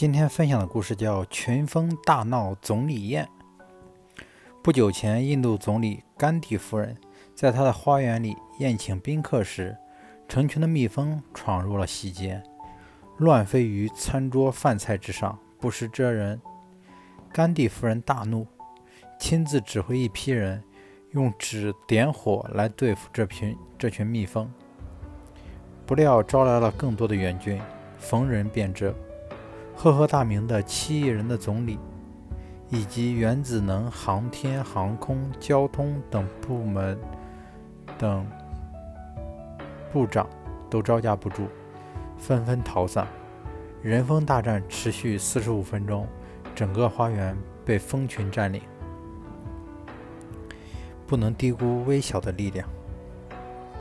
今天分享的故事叫群蜂大闹总理宴。不久前，印度总理甘地夫人在她的花园里宴请宾客时，成群的蜜蜂闯入了席间，乱飞于餐桌饭菜之上，不食蜇人。甘地夫人大怒，亲自指挥一批人用纸点火来对付这群蜜蜂，不料招来了更多的援军，逢人便蛰。赫赫大名的7亿人的总理以及原子能、航天、航空、交通等部门等部长都招架不住，纷纷逃散。人蜂大战持续45分钟，整个花园被蜂群占领。不能低估微小的力量。